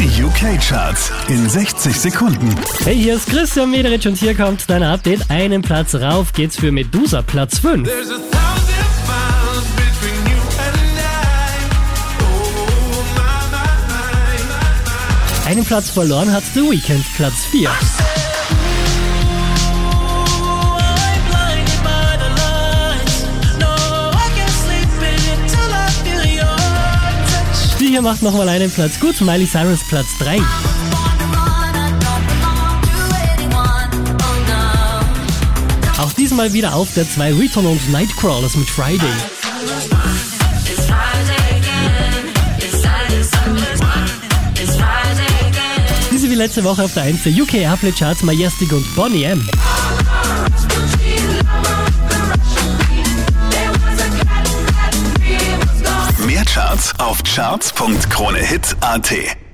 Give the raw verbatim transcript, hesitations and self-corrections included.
Die U K-Charts in sechzig Sekunden. Hey, hier ist Christian Mederitsch und hier kommt dein Update. Einen Platz rauf geht's für Medusa, Platz fünf. Einen Platz verloren hat The Weeknd, Platz vier. Die hier macht nochmal einen Platz gut, Miley Cyrus, Platz drei. Auch diesmal wieder auf der zwei Return und Nightcrawlers mit Friday. Diese wie letzte Woche auf der eins der U K Airplay Charts, Majestic und Boney M. Mehr Charts auf charts punkt kronehit punkt at.